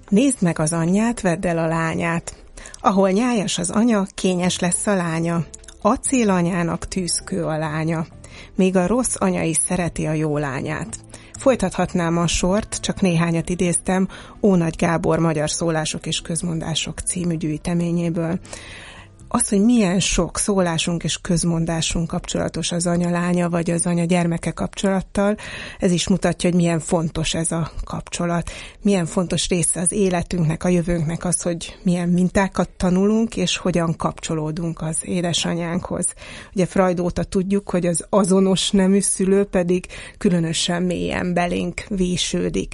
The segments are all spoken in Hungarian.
Nézd meg az anyját, vedd el a lányát. Ahol nyájas az anya, kényes lesz a lánya. Acél anyának tűzkő a lánya. Még a rossz anya is szereti a jó lányát. Folytathatnám a sort, csak néhányat idéztem Ónagy Gábor Magyar szólások és közmondások című gyűjteményéből. Az, hogy milyen sok szólásunk és közmondásunk kapcsolatos az anya-lánya vagy az anya-gyermeke kapcsolattal, ez is mutatja, hogy milyen fontos ez a kapcsolat. Milyen fontos része az életünknek, a jövőnknek az, hogy milyen mintákat tanulunk, és hogyan kapcsolódunk az édesanyánkhoz. Ugye Freud óta tudjuk, hogy az azonos nemű szülő pedig különösen mélyen belénk vésődik.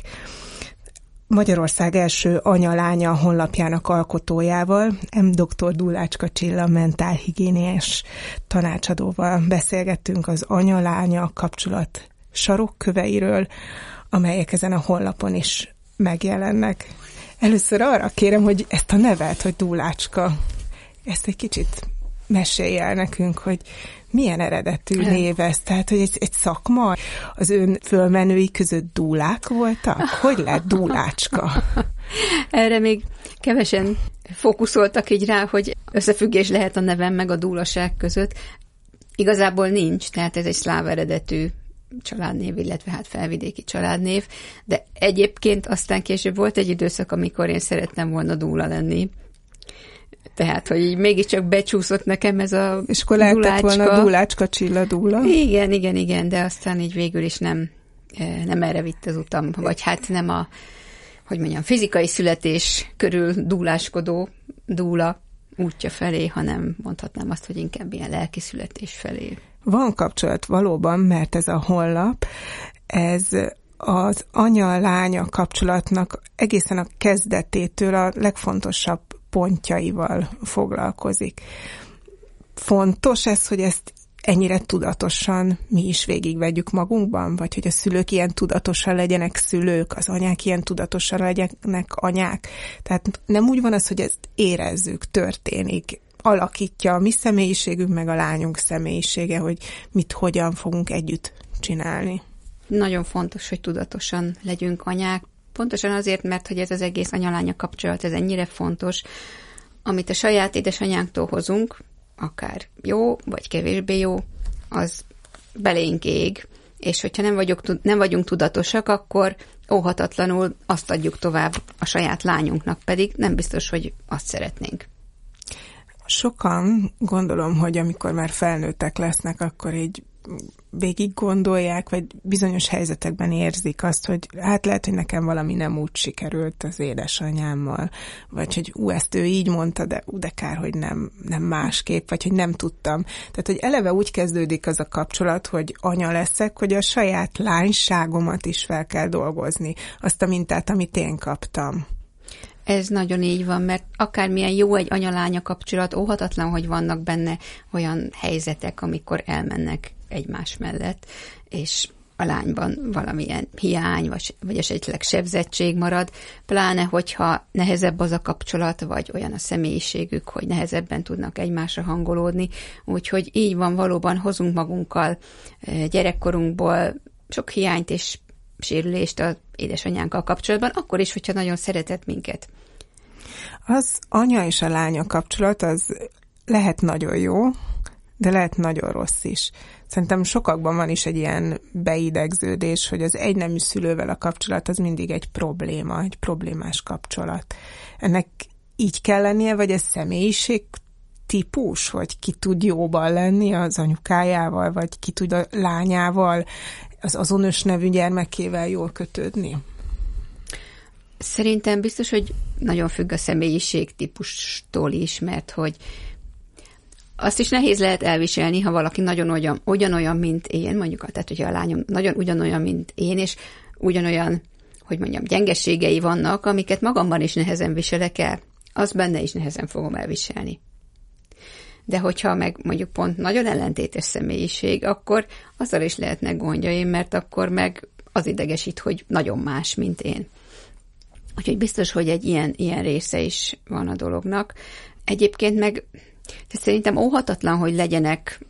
Magyarország első anya-lánya honlapjának alkotójával, dr. Dullácska Csilla mentálhigiéniás tanácsadóval beszélgettünk az anya-lánya kapcsolat sarokköveiről, amelyek ezen a honlapon is megjelennek. Először arra kérem, hogy ezt a nevet, hogy Dullácska, ezt egy kicsit mesélj el nekünk, hogy milyen eredetű név ez? Tehát, hogy egy szakma? Az ön fölmenői között dúlák voltak? Hogy lett Dullácska? Erre még kevesen fókuszoltak így rá, hogy összefüggés lehet a nevem meg a dúlaság között. Igazából nincs, tehát ez egy szláv eredetű családnév, illetve hát felvidéki családnév, de egyébként aztán később volt egy időszak, amikor én szerettem volna dúla lenni. Tehát, hogy így mégiscsak becsúszott nekem ez a és akkor lehetett volna Dullácska Csilla Dúla? Igen, de aztán így végül is nem erre vitt az utam, vagy hát nem a, hogy mondjam, fizikai születés körül dúláskodó dúla útja felé, hanem mondhatnám azt, hogy inkább ilyen lelki születés felé. Van kapcsolat valóban, mert ez a honlap, ez az anya-lánya kapcsolatnak egészen a kezdetétől a legfontosabb pontjaival foglalkozik. Fontos ez, hogy ezt ennyire tudatosan mi is végigvegyük magunkban, vagy hogy a szülők ilyen tudatosan legyenek szülők, az anyák ilyen tudatosan legyenek anyák. Tehát nem úgy van az, hogy ezt érezzük, történik, alakítja a mi személyiségünk, meg a lányunk személyisége, hogy mit, hogyan fogunk együtt csinálni. Nagyon fontos, hogy tudatosan legyünk anyák, pontosan azért, mert hogy ez az egész anya-lánya kapcsolat, ez ennyire fontos, amit a saját édesanyánktól hozunk, akár jó, vagy kevésbé jó, az belénk ég, és hogyha nem vagyunk tudatosak, akkor óhatatlanul azt adjuk tovább a saját lányunknak, pedig nem biztos, hogy azt szeretnénk. Sokan gondolom, hogy amikor már felnőttek lesznek, akkor így végig gondolják, vagy bizonyos helyzetekben érzik azt, hogy hát lehet, hogy nekem valami nem úgy sikerült az édesanyámmal, vagy hogy ezt ő így mondta, de kár, hogy nem másképp, vagy hogy nem tudtam. Tehát, hogy eleve úgy kezdődik az a kapcsolat, hogy anya leszek, hogy a saját lányságomat is fel kell dolgozni, azt a mintát, amit én kaptam. Ez nagyon így van, mert akármilyen jó egy anya-lánya kapcsolat, óhatatlan, hogy vannak benne olyan helyzetek, amikor elmennek egymás mellett, és a lányban valamilyen hiány, vagy esetleg sebzettség marad, pláne, hogyha nehezebb az a kapcsolat, vagy olyan a személyiségük, hogy nehezebben tudnak egymásra hangolódni. Úgyhogy így van, valóban hozunk magunkkal gyerekkorunkból sok hiányt és sérülést az édesanyánkkal kapcsolatban, akkor is, hogyha nagyon szeretett minket. Az anya és a lánya kapcsolat, az lehet nagyon jó, de lehet nagyon rossz is. Szerintem sokakban van is egy ilyen beidegződés, hogy az egynemű szülővel a kapcsolat az mindig egy probléma, egy problémás kapcsolat. Ennek így kell lennie, vagy ez személyiség típus, hogy ki tud jóban lenni az anyukájával, vagy ki tud a lányával, az azonos nevű gyermekével jól kötődni? Szerintem biztos, hogy nagyon függ a személyiség típustól is, mert hogy azt is nehéz lehet elviselni, ha valaki nagyon ugyanolyan, mint én, mondjuk, tehát hogyha a lányom nagyon ugyanolyan, mint én, és ugyanolyan, hogy mondjam, gyengeségei vannak, amiket magamban is nehezen viselek el, azt benne is nehezen fogom elviselni. De hogyha meg mondjuk pont nagyon ellentétes személyiség, akkor azzal is lehetnek gondjaim, mert akkor meg az idegesít, hogy nagyon más, mint én. Úgyhogy biztos, hogy egy ilyen része is van a dolognak. Egyébként meg szerintem óhatatlan, hogy legyenek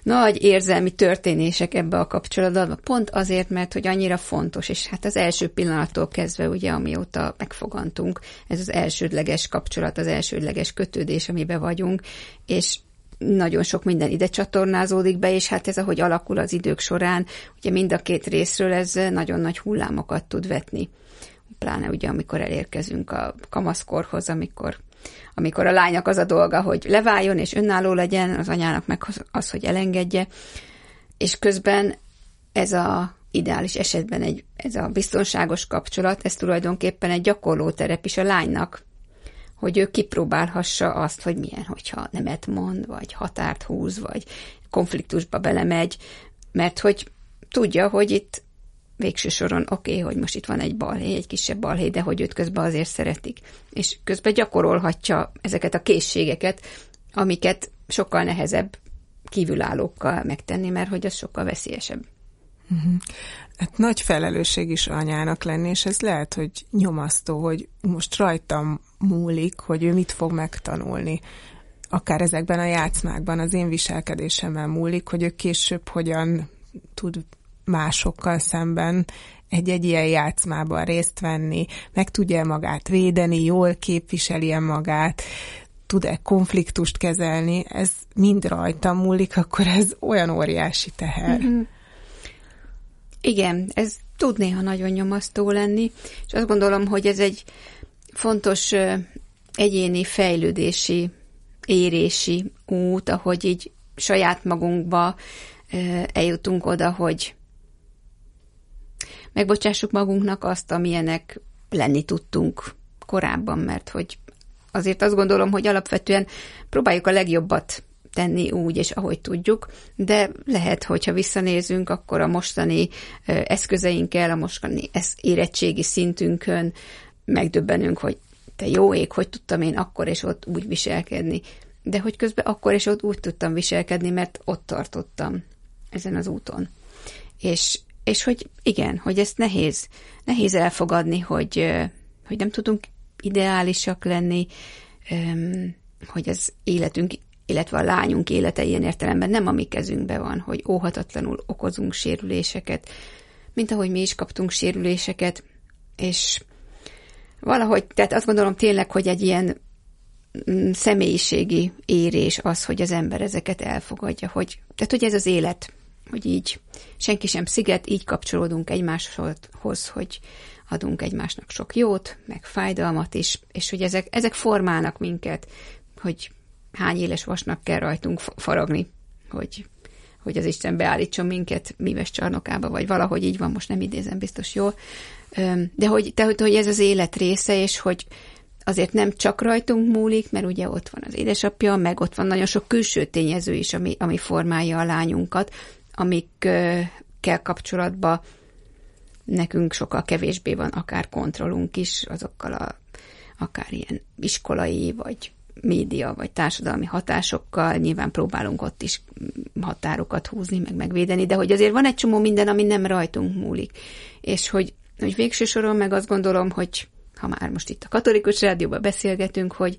nagy érzelmi történések ebbe a kapcsolatban, pont azért, mert hogy annyira fontos, és hát az első pillanattól kezdve, ugye, amióta megfogantunk, ez az elsődleges kapcsolat, az elsődleges kötődés, amiben vagyunk, és nagyon sok minden ide csatornázódik be, és hát ez, ahogy alakul az idők során, ugye mind a két részről ez nagyon nagy hullámokat tud vetni. Pláne ugye, amikor elérkezünk a kamaszkorhoz, amikor a lánynak az a dolga, hogy leváljon és önálló legyen, az anyának meg az, hogy elengedje, és közben ez a ideális esetben ez a biztonságos kapcsolat, ez tulajdonképpen egy gyakorlóterep is a lánynak, hogy ő kipróbálhassa azt, hogy milyen, hogyha nemet mond, vagy határt húz, vagy konfliktusba belemegy, mert hogy tudja, hogy itt végső soron oké, hogy most itt van egy balhé, egy kisebb balhé, de hogy őt közben azért szeretik. És közben gyakorolhatja ezeket a készségeket, amiket sokkal nehezebb kívülállókkal megtenni, mert hogy az sokkal veszélyesebb. Hát nagy felelősség is anyának lenni, és ez lehet, hogy nyomasztó, hogy most rajtam múlik, hogy ő mit fog megtanulni. Akár ezekben a játszmákban az én viselkedésemmel múlik, hogy ő később hogyan tud másokkal szemben egy ilyen játszmában részt venni, meg tudja magát védeni, jól képviseli magát, tud-e konfliktust kezelni, ez mind rajtam múlik, akkor ez olyan óriási teher. Igen, ez tud néha nagyon nyomasztó lenni, és azt gondolom, hogy ez egy fontos egyéni fejlődési, érési út, ahogy így saját magunkba eljutunk oda, hogy megbocsássuk magunknak azt, amilyenek lenni tudtunk korábban, mert hogy azért azt gondolom, hogy alapvetően próbáljuk a legjobbat tenni úgy, és ahogy tudjuk, de lehet, hogyha visszanézünk, akkor a mostani eszközeinkkel, a mostani érettségi szintünkön megdöbbenünk, hogy te jó ég, hogy tudtam én akkor és ott úgy viselkedni. De hogy közben akkor és ott úgy tudtam viselkedni, mert ott tartottam ezen az úton. És hogy igen, hogy ezt nehéz elfogadni, hogy nem tudunk ideálisak lenni, hogy az életünk, illetve a lányunk élete ilyen értelemben nem a mi kezünkben van, hogy óhatatlanul okozunk sérüléseket, mint ahogy mi is kaptunk sérüléseket, és valahogy, tehát azt gondolom tényleg, hogy egy ilyen személyiségi érés az, hogy az ember ezeket elfogadja, tehát hogy ez az élet, hogy így senki sem sziget, így kapcsolódunk egymáshoz, hogy adunk egymásnak sok jót, meg fájdalmat is, és hogy ezek formálnak minket, hogy hány éles vasnak kell rajtunk faragni, hogy az Isten beállítson minket míves csarnokába, vagy valahogy így van, most nem idézem biztos jól, de hogy ez az élet része, és hogy azért nem csak rajtunk múlik, mert ugye ott van az édesapja, meg ott van nagyon sok külső tényező is, ami formálja a lányunkat, amikkel kapcsolatban nekünk sokkal kevésbé van akár kontrollunk is, azokkal akár ilyen iskolai, vagy média, vagy társadalmi hatásokkal, nyilván próbálunk ott is határokat húzni, meg megvédeni, de hogy azért van egy csomó minden, ami nem rajtunk múlik. És hogy végső soron meg azt gondolom, hogy ha már most itt a Katolikus Rádióban beszélgetünk, hogy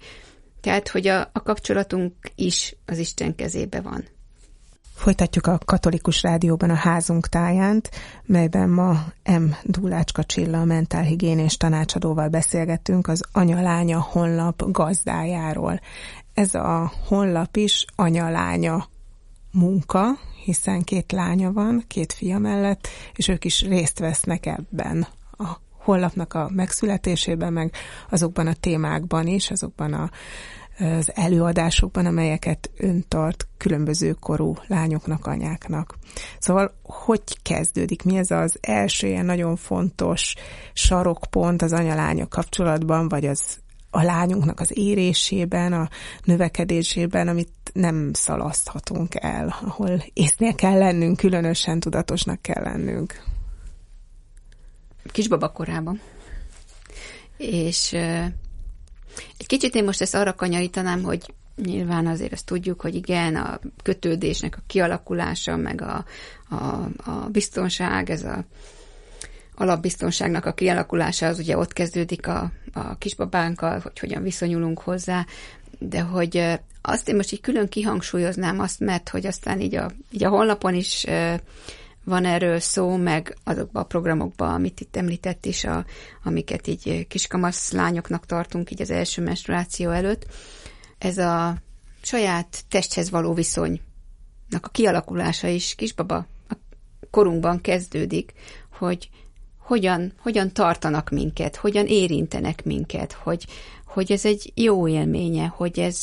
a kapcsolatunk is az Isten kezébe van. Folytatjuk a Katolikus Rádióban a Házunk tájánt, melyben ma M. Dúlácska Csilla mentálhigiénés tanácsadóval beszélgettünk az Anya-lánya honlap gazdájáról. Ez a honlap is anya-lánya munka, hiszen 2 lánya van, 2 fia mellett, és ők is részt vesznek ebben a honlapnak a megszületésében, meg azokban a témákban is, azokban az előadásokban, amelyeket ön tart különböző korú lányoknak, anyáknak. Szóval hogy kezdődik? Mi ez az első ilyen nagyon fontos sarokpont az anya-lánya kapcsolatban, vagy a lányunknak az érésében, a növekedésében, amit nem szalaszthatunk el, ahol észnél kell lennünk, különösen tudatosnak kell lennünk? Kisbaba korában. És egy kicsit én most ezt arra kanyarítanám, hogy nyilván azért azt tudjuk, hogy igen, a kötődésnek a kialakulása, meg a biztonság, ez a alapbiztonságnak a kialakulása, az ugye ott kezdődik a kisbabánkkal, hogy hogyan viszonyulunk hozzá, De hogy azt én most így külön kihangsúlyoznám azt, mert hogy aztán így a honlapon is van erről szó, meg azokban a programokban, amit itt említett is, amiket így kiskamasz lányoknak tartunk így az első menstruáció előtt. Ez a saját testhez való viszonynak a kialakulása is kisbaba korunkban kezdődik, hogy hogyan tartanak minket, hogyan érintenek minket, hogy ez egy jó élménye, hogy ez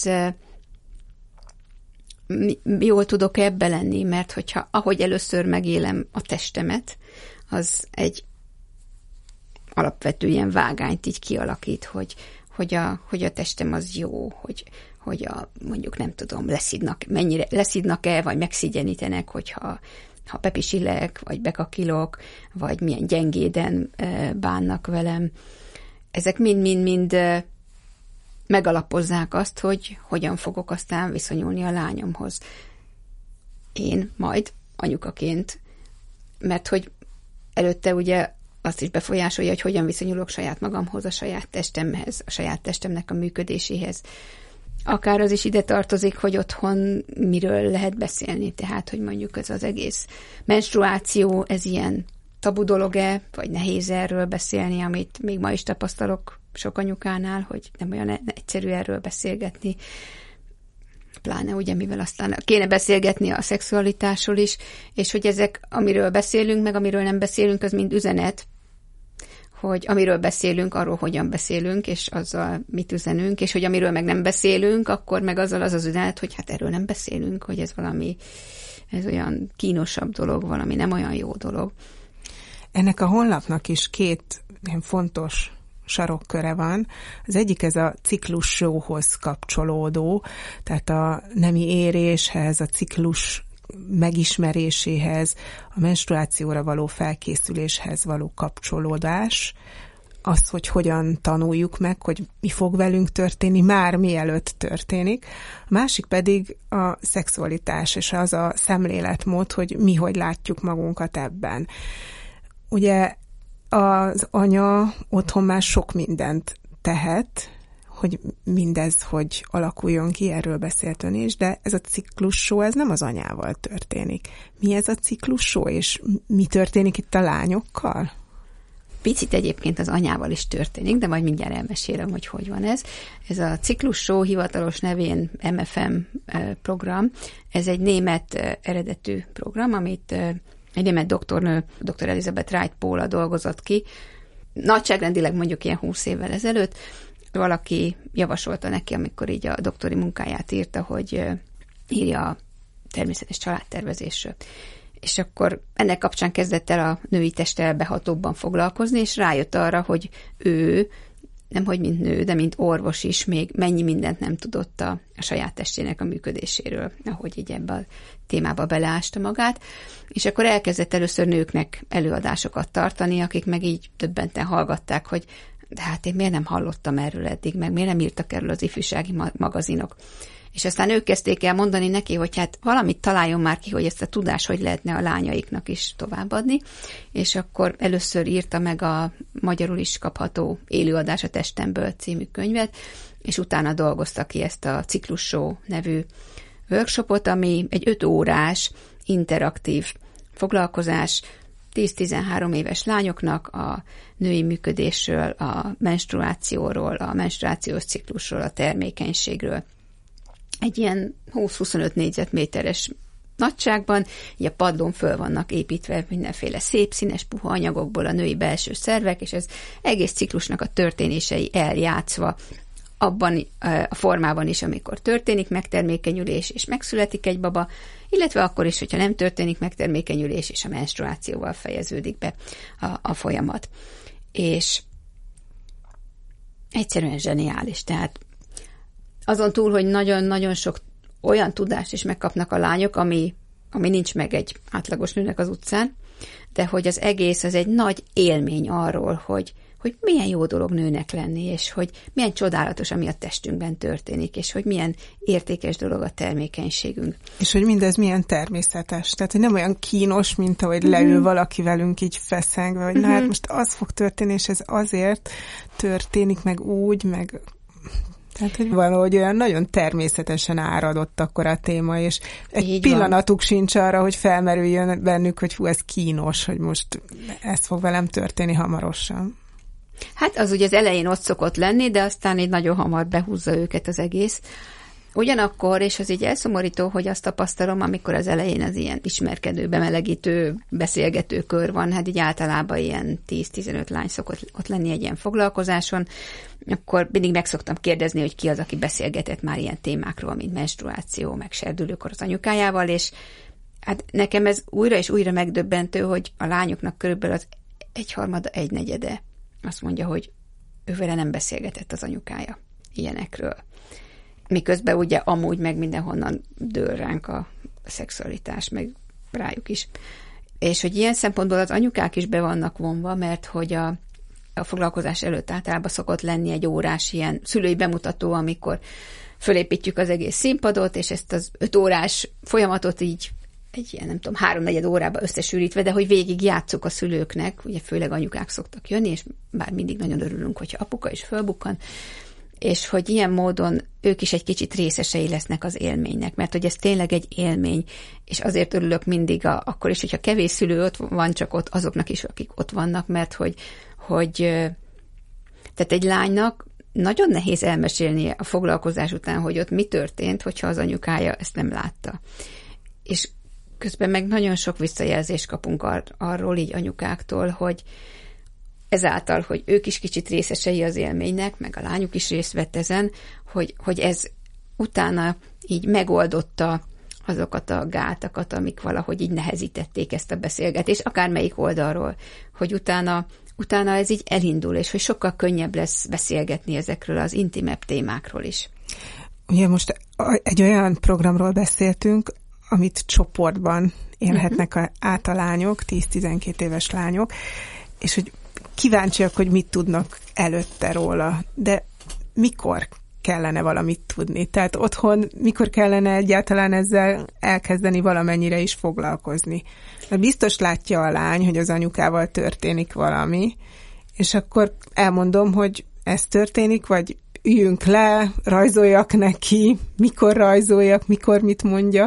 jól tudok ebbe lenni, mert hogyha ahogy először megélem a testemet, az egy alapvető ilyen vágányt így kialakít, hogy a testem az jó, hogy mondjuk nem tudom, mennyire leszidnak-e, vagy megszigyenítenek, hogyha pepisilek, vagy bekakilok, vagy milyen gyengéden bánnak velem. Ezek mind megalapozzák azt, hogy hogyan fogok aztán viszonyulni a lányomhoz. Én majd anyukaként, mert hogy előtte ugye azt is befolyásolja, hogy hogyan viszonyulok saját magamhoz, a saját testemhez, a saját testemnek a működéséhez. Akár az is ide tartozik, hogy otthon miről lehet beszélni, tehát, hogy mondjuk ez az egész menstruáció, ez ilyen tabu dolog-e, vagy nehéz erről beszélni, amit még ma is tapasztalok sok anyukánál, hogy nem olyan egyszerű erről beszélgetni, pláne ugye, mivel aztán kéne beszélgetni a szexualitásról is, és hogy ezek, amiről beszélünk, meg amiről nem beszélünk, az mind üzenet, hogy amiről beszélünk, arról hogyan beszélünk, és azzal mit üzenünk, és hogy amiről meg nem beszélünk, akkor meg azzal az üzenet, hogy hát erről nem beszélünk, hogy ez olyan kínosabb dolog, valami nem olyan jó dolog. Ennek a honlapnak is 2 ilyen fontos sarokköre van. Az egyik ez a ciklussóhoz kapcsolódó, tehát a nemi éréshez, a ciklus megismeréséhez, a menstruációra való felkészüléshez való kapcsolódás, az, hogy hogyan tanuljuk meg, hogy mi fog velünk történni, már mielőtt történik. A másik pedig a szexualitás, és az a szemléletmód, hogy mi hogy látjuk magunkat ebben. Ugye az anya otthon már sok mindent tehet, hogy mindez hogy alakuljon ki, erről beszélt ön is, de ez a ciklussó, ez nem az anyával történik. Mi ez a ciklussó, és mi történik itt a lányokkal? Picit egyébként az anyával is történik, de majd mindjárt elmesélem, hogy van ez. Ez a ciklussó hivatalos nevén MFM program, ez egy német eredetű program, amit egy német doktornő, dr. Elizabeth Wright-Paula dolgozott ki, nagyságrendileg mondjuk ilyen 20 évvel ezelőtt. Valaki javasolta neki, amikor így a doktori munkáját írta, hogy írja a természetes családtervezésről. És akkor ennek kapcsán kezdett el a női testtel behatóbban foglalkozni, és rájött arra, hogy ő, nemhogy mint nő, de mint orvos is még mennyi mindent nem tudott a saját testének a működéséről, ahogy így ebbe a témába beleásta magát. És akkor elkezdett először nőknek előadásokat tartani, akik meg így döbbenten hallgatták, hogy de hát én miért nem hallottam erről eddig, meg miért nem írtak erről az ifjúsági magazinok. És aztán ők kezdték el mondani neki, hogy hát valamit találjon már ki, hogy ezt a tudást hogy lehetne a lányaiknak is továbbadni, és akkor először írta meg a magyarul is kapható Élőadás a testemből című könyvet, és utána dolgozta ki ezt a Ciklussó nevű workshopot, ami egy 5 órás interaktív foglalkozás, 10-13 éves lányoknak a női működésről, a menstruációról, a menstruációs ciklusról, a termékenységről. Egy ilyen 20-25 négyzetméteres nagyságban, így a padlón föl vannak építve mindenféle szép, színes, puha anyagokból a női belső szervek, és ez egész ciklusnak a történései eljátszva abban a formában is, amikor történik megtermékenyülés, és megszületik egy baba, illetve akkor is, hogyha nem történik megtermékenyülés, és a menstruációval fejeződik be a folyamat. És egyszerűen zseniális. Tehát azon túl, hogy nagyon-nagyon sok olyan tudást is megkapnak a lányok, ami nincs meg egy átlagos nőnek az utcán, de hogy az egész az egy nagy élmény arról, hogy milyen jó dolog nőnek lenni, és hogy milyen csodálatos, ami a testünkben történik, és hogy milyen értékes dolog a termékenységünk. És hogy mindez milyen természetes. Tehát, hogy nem olyan kínos, mint ahogy leül valaki velünk így feszengve, hogy na hát most az fog történni, és ez azért történik meg úgy, meg Tehát, hogy valahogy olyan nagyon természetesen áradott akkor a téma, és egy így pillanatuk van. Sincs arra, hogy felmerüljön bennük, hogy ez kínos, hogy most ez fog velem történni hamarosan. Hát az ugye az elején ott szokott lenni, de aztán így nagyon hamar behúzza őket az egész. Ugyanakkor, és az így elszomorító, hogy azt tapasztalom, amikor az elején az ilyen ismerkedő, bemelegítő, beszélgető kör van, hát így általában ilyen 10-15 lány szokott ott lenni egy ilyen foglalkozáson, akkor mindig meg szoktam kérdezni, hogy ki az, aki beszélgetett már ilyen témákról, mint menstruáció, meg serdülőkor az anyukájával, és hát nekem ez újra és újra megdöbbentő, hogy a lányoknak körülbelül az 1/3, 1/4 azt mondja, hogy ő vele nem beszélgetett az anyukája ilyenekről. Miközben ugye amúgy meg mindenhonnan dől ránk a szexualitás, meg rájuk is. És hogy ilyen szempontból az anyukák is be vannak vonva, mert hogy a foglalkozás előtt általában szokott lenni egy órás ilyen szülői bemutató, amikor fölépítjük az egész színpadot, és ezt az 5 órás folyamatot így egy ilyen, nem tudom, 3-4 órába összesűrítve, de hogy végig játsszuk a szülőknek, ugye főleg anyukák szoktak jönni, és bár mindig nagyon örülünk, hogyha apuka is fölbukkan, és hogy ilyen módon ők is egy kicsit részesei lesznek az élménynek, mert hogy ez tényleg egy élmény, és azért örülök mindig akkor is, hogyha kevés szülő ott van, csak ott azoknak is, akik ott vannak, mert hogy tehát egy lánynak nagyon nehéz elmesélnie a foglalkozás után, hogy ott mi történt, hogyha az anyukája ezt nem látta. És közben meg nagyon sok visszajelzést kapunk arról így anyukáktól, hogy ezáltal, hogy ők is kicsit részesei az élménynek, meg a lányuk is részt vett ezen, hogy ez utána így megoldotta azokat a gátakat, amik valahogy így nehezítették ezt a beszélgetést, akármelyik oldalról, hogy utána ez így elindul, és hogy sokkal könnyebb lesz beszélgetni ezekről az intimebb témákról is. Ugye most egy olyan programról beszéltünk, amit csoportban élhetnek át a lányok, 10-12 éves lányok, és hogy kíváncsiak, hogy mit tudnak előtte róla, de mikor kellene valamit tudni? Tehát otthon mikor kellene egyáltalán ezzel elkezdeni valamennyire is foglalkozni? Mert biztos látja a lány, hogy az anyukával történik valami, és akkor elmondom, hogy ez történik, vagy üljünk le, rajzoljak neki, mikor rajzoljak, mikor mit mondjak?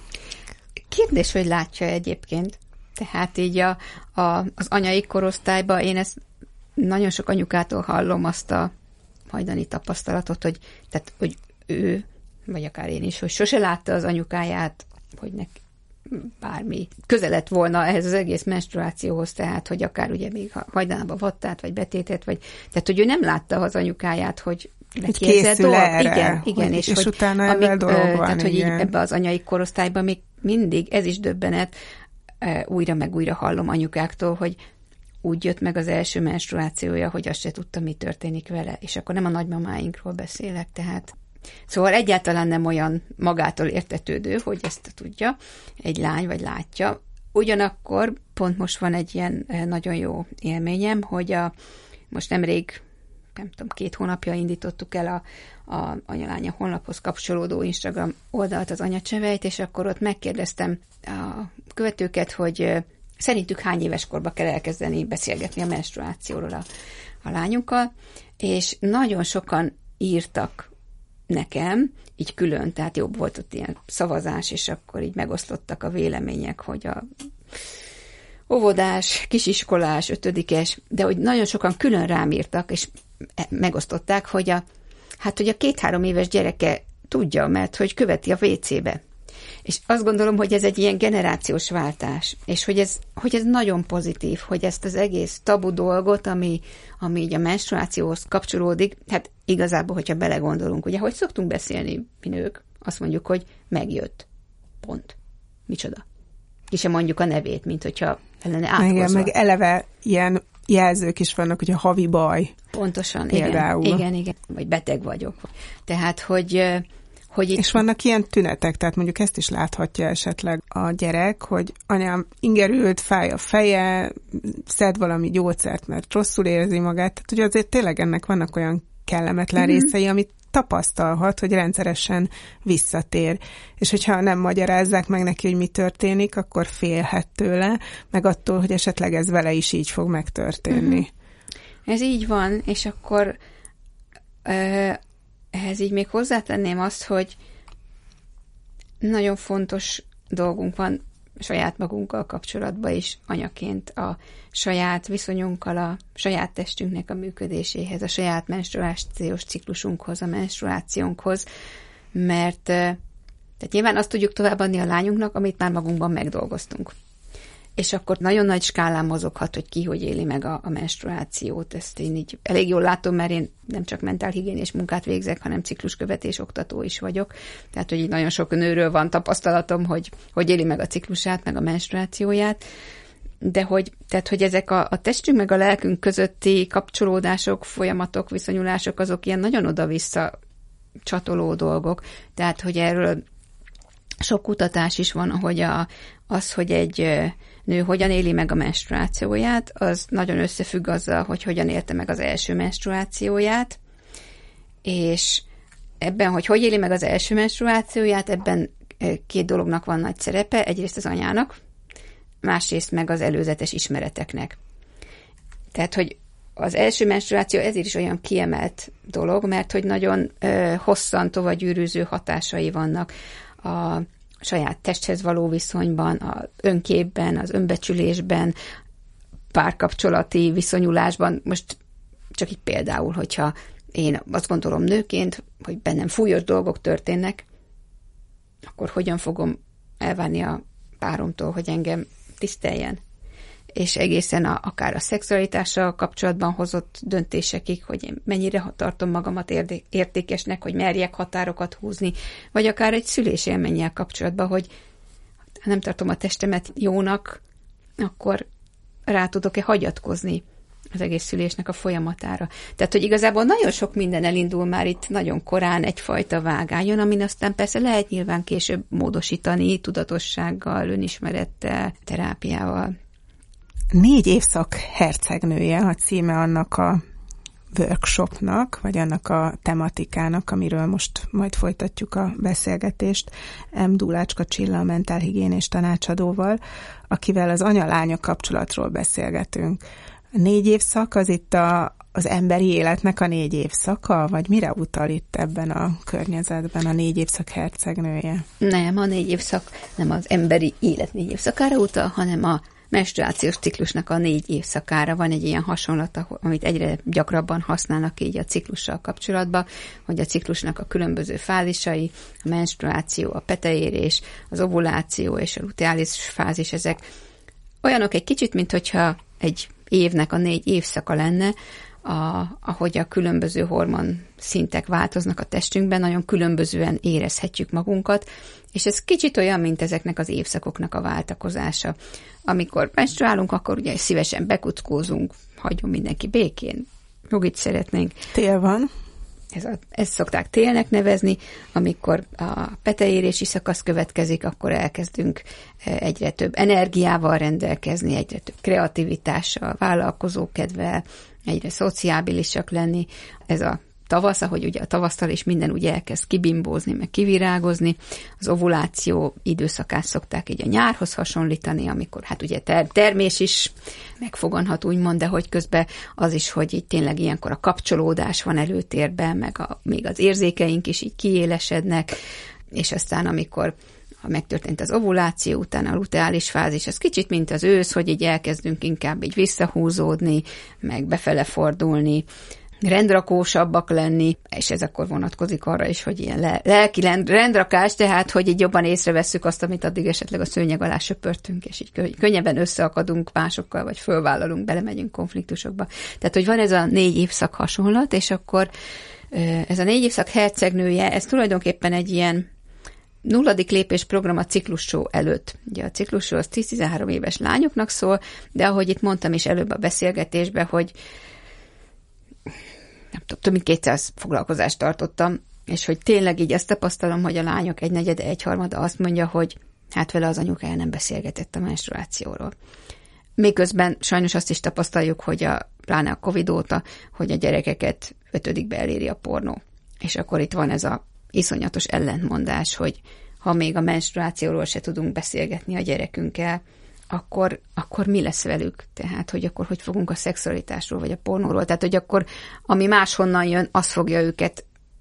Kérdés, hogy látja egyébként. Tehát így az anyai korosztályban én ezt nagyon sok anyukától hallom azt a hajdani tapasztalatot, hogy ő, vagy akár én is, hogy sose látta az anyukáját, hogy neki bármi köze lett volna ehhez az egész menstruációhoz, tehát, hogy akár ugye még hajdanába vattát, vagy betétet, vagy tehát, hogy ő nem látta az anyukáját, hogy készül erre. Igen, és hogy utána ebben dolog van. Tehát, hogy így ebbe az anyai korosztályban még mindig, ez is döbbenet, újra meg újra hallom anyukáktól, hogy úgy jött meg az első menstruációja, hogy azt se tudta, mi történik vele, és akkor nem a nagymamáinkról beszélek, tehát. Szóval egyáltalán nem olyan magától értetődő, hogy ezt tudja egy lány, vagy látja. Ugyanakkor pont most van egy ilyen nagyon jó élményem, hogy most nemrég, nem tudom, 2 hónapja indítottuk el a Anyalánya honlaphoz kapcsolódó Instagram oldalt, az Anyacsevejt, és akkor ott megkérdeztem a követőket, hogy szerintük hány éves korba kell elkezdeni beszélgetni a menstruációról a lányunkkal, és nagyon sokan írtak nekem, így külön, tehát jobb volt ott ilyen szavazás, és akkor így megosztottak a vélemények, hogy a óvodás, kisiskolás, 5-es, de hogy nagyon sokan külön rám írtak, és megosztották, hogy a 2-3 éves gyereke tudja, mert hogy követi a WC-be. És azt gondolom, hogy ez egy ilyen generációs váltás, és hogy ez nagyon pozitív, hogy ezt az egész tabu dolgot, ami így a menstruációhoz kapcsolódik, hát igazából, hogyha belegondolunk, ugye, hogy szoktunk beszélni mi nők, azt mondjuk, hogy megjött. Pont. Micsoda. Ki sem mondjuk a nevét, mint hogyha ellene átkozva. Igen, meg eleve ilyen jelzők is vannak, hogy a havi baj. Pontosan, például. Igen. Vagy beteg vagyok. Tehát, hogy így... És vannak ilyen tünetek, tehát mondjuk ezt is láthatja esetleg a gyerek, hogy anyám ingerült, fáj a feje, szed valami gyógyszert, mert rosszul érzi magát. Tehát ugye azért tényleg ennek vannak olyan kellemetlen részei, amit tapasztalhat, hogy rendszeresen visszatér. És hogyha nem magyarázzák meg neki, hogy mi történik, akkor félhet tőle, meg attól, hogy esetleg ez vele is így fog megtörténni. Ez így van, és akkor ehhez ehhez így még hozzátenném azt, hogy nagyon fontos dolgunk van saját magunkkal kapcsolatban is, anyaként a saját viszonyunkkal, a saját testünknek a működéséhez, a saját menstruációs ciklusunkhoz, a menstruációnkhoz, mert tehát nyilván azt tudjuk továbbadni a lányunknak, amit már magunkban megdolgoztunk. És akkor nagyon nagy skálán mozoghat, hogy ki hogy éli meg a menstruációt. Ezt én így elég jól látom, mert én nem csak mentálhigiénés munkát végzek, hanem cikluskövetés oktató is vagyok. Tehát, hogy így nagyon sok nőről van tapasztalatom, hogy éli meg a ciklusát, meg a menstruációját. De hogy ezek a testünk meg a lelkünk közötti kapcsolódások, folyamatok, viszonyulások, azok ilyen nagyon oda-vissza csatoló dolgok. Tehát, hogy erről sok kutatás is van, hogy az, hogy egy nő hogyan éli meg a menstruációját, az nagyon összefügg azzal, hogy hogyan élte meg az első menstruációját, és ebben, hogy éli meg az első menstruációját, ebben két dolognak van nagy szerepe, egyrészt az anyának, másrészt meg az előzetes ismereteknek. Tehát, hogy az első menstruáció ezért is olyan kiemelt dolog, mert hogy nagyon hosszan tovagyűrűző hatásai vannak a saját testhez való viszonyban, az önképben, az önbecsülésben, párkapcsolati viszonyulásban. Most csak így például, hogyha én azt gondolom nőként, hogy bennem fújos dolgok történnek, akkor hogyan fogom elvárni a páromtól, hogy engem tiszteljen. És egészen akár a szexualitással kapcsolatban hozott döntésekig, hogy én mennyire tartom magamat értékesnek, hogy merjek határokat húzni, vagy akár egy szülésélménnyel kapcsolatban, hogy ha nem tartom a testemet jónak, akkor rá tudok-e hagyatkozni az egész szülésnek a folyamatára. Tehát, hogy igazából nagyon sok minden elindul már itt nagyon korán egyfajta vágányon, amin aztán persze lehet nyilván később módosítani tudatossággal, önismerettel, terápiával. 4 évszak hercegnője a címe annak a workshopnak, vagy annak a tematikának, amiről most majd folytatjuk a beszélgetést, M. Dulácska Csilla, a mentálhigiénés tanácsadóval, akivel az anya-lánya kapcsolatról beszélgetünk. A 4 évszak az itt az emberi életnek a 4 évszaka, vagy mire utal itt ebben a környezetben a 4 évszak hercegnője? Nem, a 4 évszak nem az emberi élet 4 évszakára utal, hanem a menstruációs ciklusnak a 4 évszakára. Van egy ilyen hasonlat, amit egyre gyakrabban használnak így a ciklussal kapcsolatban, hogy a ciklusnak a különböző fázisai, a menstruáció, a peteérés, az ovuláció és a luteális fázis, ezek olyanok egy kicsit, mint hogyha egy évnek a 4 évszaka lenne, ahogy a különböző hormon szintek változnak a testünkben, nagyon különbözően érezhetjük magunkat, és ez kicsit olyan, mint ezeknek az évszakoknak a váltakozása. Amikor menstruálunk, akkor ugye szívesen bekuckózunk, hagyjon mindenki békén, nyugit szeretnénk. Tél van. Ezt szokták télnek nevezni, amikor a peteérési szakasz következik, akkor elkezdünk egyre több energiával rendelkezni, egyre több kreativitással, vállalkozókedvel, egyre szociábilisak lenni. Ez a tavasz, ahogy ugye a tavasztal is minden ugye elkezd kibimbózni, meg kivirágozni. Az ovuláció időszakát szokták így a nyárhoz hasonlítani, amikor hát ugye termés is megfoganhat úgymond, de hogy közben az is, hogy így tényleg ilyenkor a kapcsolódás van előtérben, meg még az érzékeink is így kiélesednek, és aztán amikor megtörtént az ovuláció, utána a luteális fázis, az kicsit mint az ősz, hogy így elkezdünk inkább így visszahúzódni, meg befele fordulni, rendrakósabbak lenni, és ez akkor vonatkozik arra is, hogy ilyen lelki rendrakás, tehát, hogy így jobban észrevesszük azt, amit addig esetleg a szőnyeg alá söpörtünk, és így könnyebben összeakadunk másokkal, vagy fölvállalunk, belemegyünk konfliktusokba. Tehát, hogy van ez a 4 évszak hasonlat, és akkor ez a 4 évszak hercegnője, ez tulajdonképpen egy ilyen 0. lépés program a ciklussó előtt. Ugye a ciklussó az 10-13 éves lányoknak szól, de ahogy itt mondtam is előbb a beszélgetésben, hogy nem tudom, több mint 200 foglalkozást tartottam, és hogy tényleg így azt tapasztalom, hogy a lányok 1/4, azt mondja, hogy hát vele az anyukája nem beszélgetett a menstruációról. Miközben sajnos azt is tapasztaljuk, hogy pláne a Covid óta, hogy a gyerekeket 5. eléri a pornó. És akkor itt van ez a iszonyatos ellentmondás, hogy ha még a menstruációról se tudunk beszélgetni a gyerekünkkel, akkor mi lesz velük? Tehát, hogy akkor hogy fogunk a szexualitásról, vagy a pornóról? Tehát, hogy akkor ami máshonnan jön, az fogja őket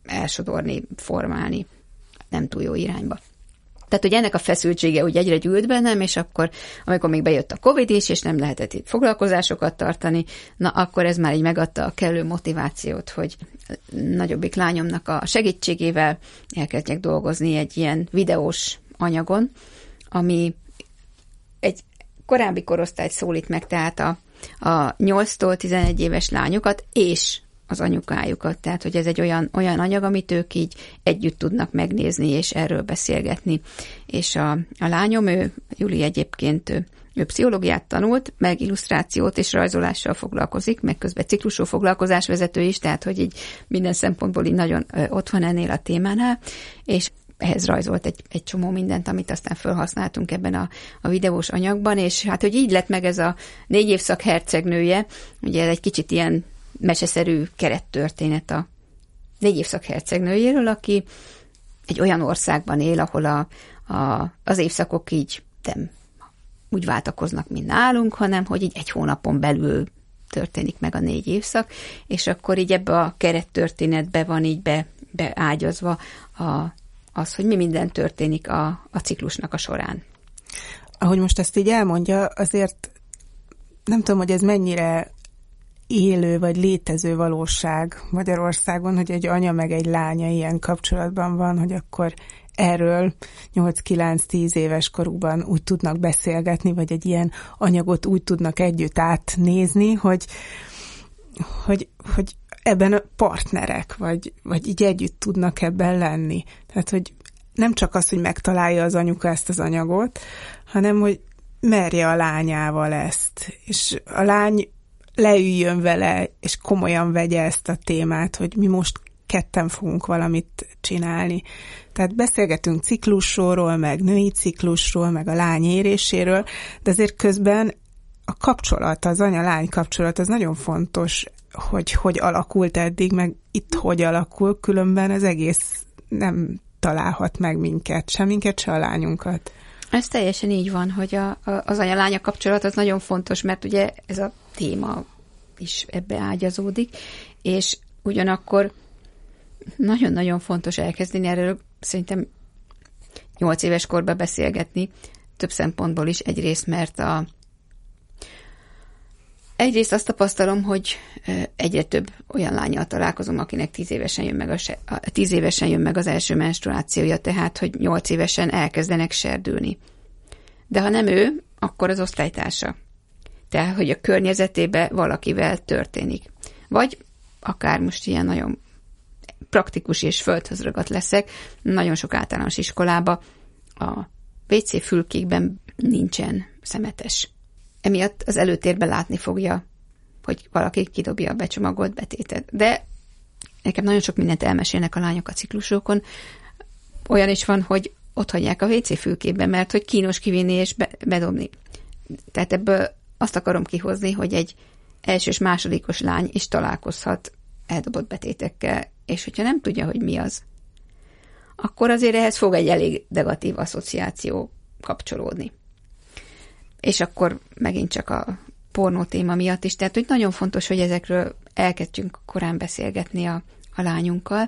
elsodorni, formálni nem túl jó irányba. Tehát, hogy ennek a feszültsége úgy egyre gyűlt bennem, és akkor, amikor még bejött a Covid is, és nem lehetett itt foglalkozásokat tartani, na akkor ez már így megadta a kellő motivációt, hogy nagyobbik lányomnak a segítségével elkezdjek dolgozni egy ilyen videós anyagon, ami egy korábbi korosztályt szólít meg, tehát a 8-tól 11 éves lányokat és az anyukájukat. Tehát, hogy ez egy olyan anyag, amit ők így együtt tudnak megnézni, és erről beszélgetni. És a lányom, Juli egyébként, ő pszichológiát tanult, meg illusztrációt és rajzolással foglalkozik, meg közben ciklusú foglalkozásvezető is, tehát, hogy így minden szempontból így nagyon ott van ennél a témánál, és ehhez rajzolt egy csomó mindent, amit aztán felhasználtunk ebben a videós anyagban, és hát, hogy így lett meg ez a 4 évszak hercegnője, ugye egy kicsit ilyen meseszerű kerettörténet a 4 évszak hercegnőjéről, aki egy olyan országban él, ahol az évszakok így nem úgy váltakoznak, mint nálunk, hanem hogy így 1 hónapon belül történik meg a 4 évszak, és akkor így ebbe a kerettörténetbe van így beágyazva az, hogy mi minden történik a ciklusnak a során. Ahogy most ezt így elmondja, azért nem tudom, hogy ez mennyire élő vagy létező valóság Magyarországon, hogy egy anya meg egy lánya ilyen kapcsolatban van, hogy akkor erről 8-9-10 éves korukban úgy tudnak beszélgetni, vagy egy ilyen anyagot úgy tudnak együtt átnézni, hogy ebben a partnerek, vagy így együtt tudnak ebben lenni. Tehát, hogy nem csak az, hogy megtalálja az anyuka ezt az anyagot, hanem, hogy merje a lányával ezt. És a lány leüljön vele, és komolyan vegye ezt a témát, hogy mi most ketten fogunk valamit csinálni. Tehát beszélgetünk ciklusról, meg női ciklusról, meg a lány éréséről, de azért közben a kapcsolat, az anya-lány kapcsolat, az nagyon fontos, hogy alakult eddig, meg itt hogy alakul, különben az egész nem találhat meg minket, se a lányunkat. Ez teljesen így van, hogy az anya-lánya kapcsolat az nagyon fontos, mert ugye ez a téma is ebbe ágyazódik, és ugyanakkor nagyon-nagyon fontos elkezdeni erről szerintem 8 éves korban beszélgetni, több szempontból is. Egyrészt, mert egyrészt azt tapasztalom, hogy egyre több olyan lánnyal találkozom, akinek 10 évesen jön meg az első menstruációja, tehát, hogy 8 évesen elkezdenek serdülni. De ha nem ő, akkor az osztálytársa. Tehát, hogy a környezetében valakivel történik. Vagy akár most ilyen nagyon praktikus és földhöz ragadt leszek, nagyon sok általános iskolában a WC fülkékben nincsen szemetes. Emiatt az előtérben látni fogja, hogy valaki kidobja a becsomagolt betétet. De nekem nagyon sok mindent elmesélnek a lányok a ciklusokon. Olyan is van, hogy ott hagyják a WC fülkébe, mert hogy kínos kivinni és bedobni. Tehát ebből azt akarom kihozni, hogy egy elsős, másodikos lány is találkozhat eldobott betétekkel, és hogyha nem tudja, hogy mi az, akkor azért ehhez fog egy elég negatív asszociáció kapcsolódni. És akkor megint csak a pornó téma miatt is, tehát hogy nagyon fontos, hogy ezekről elkezdjünk korán beszélgetni a lányunkkal,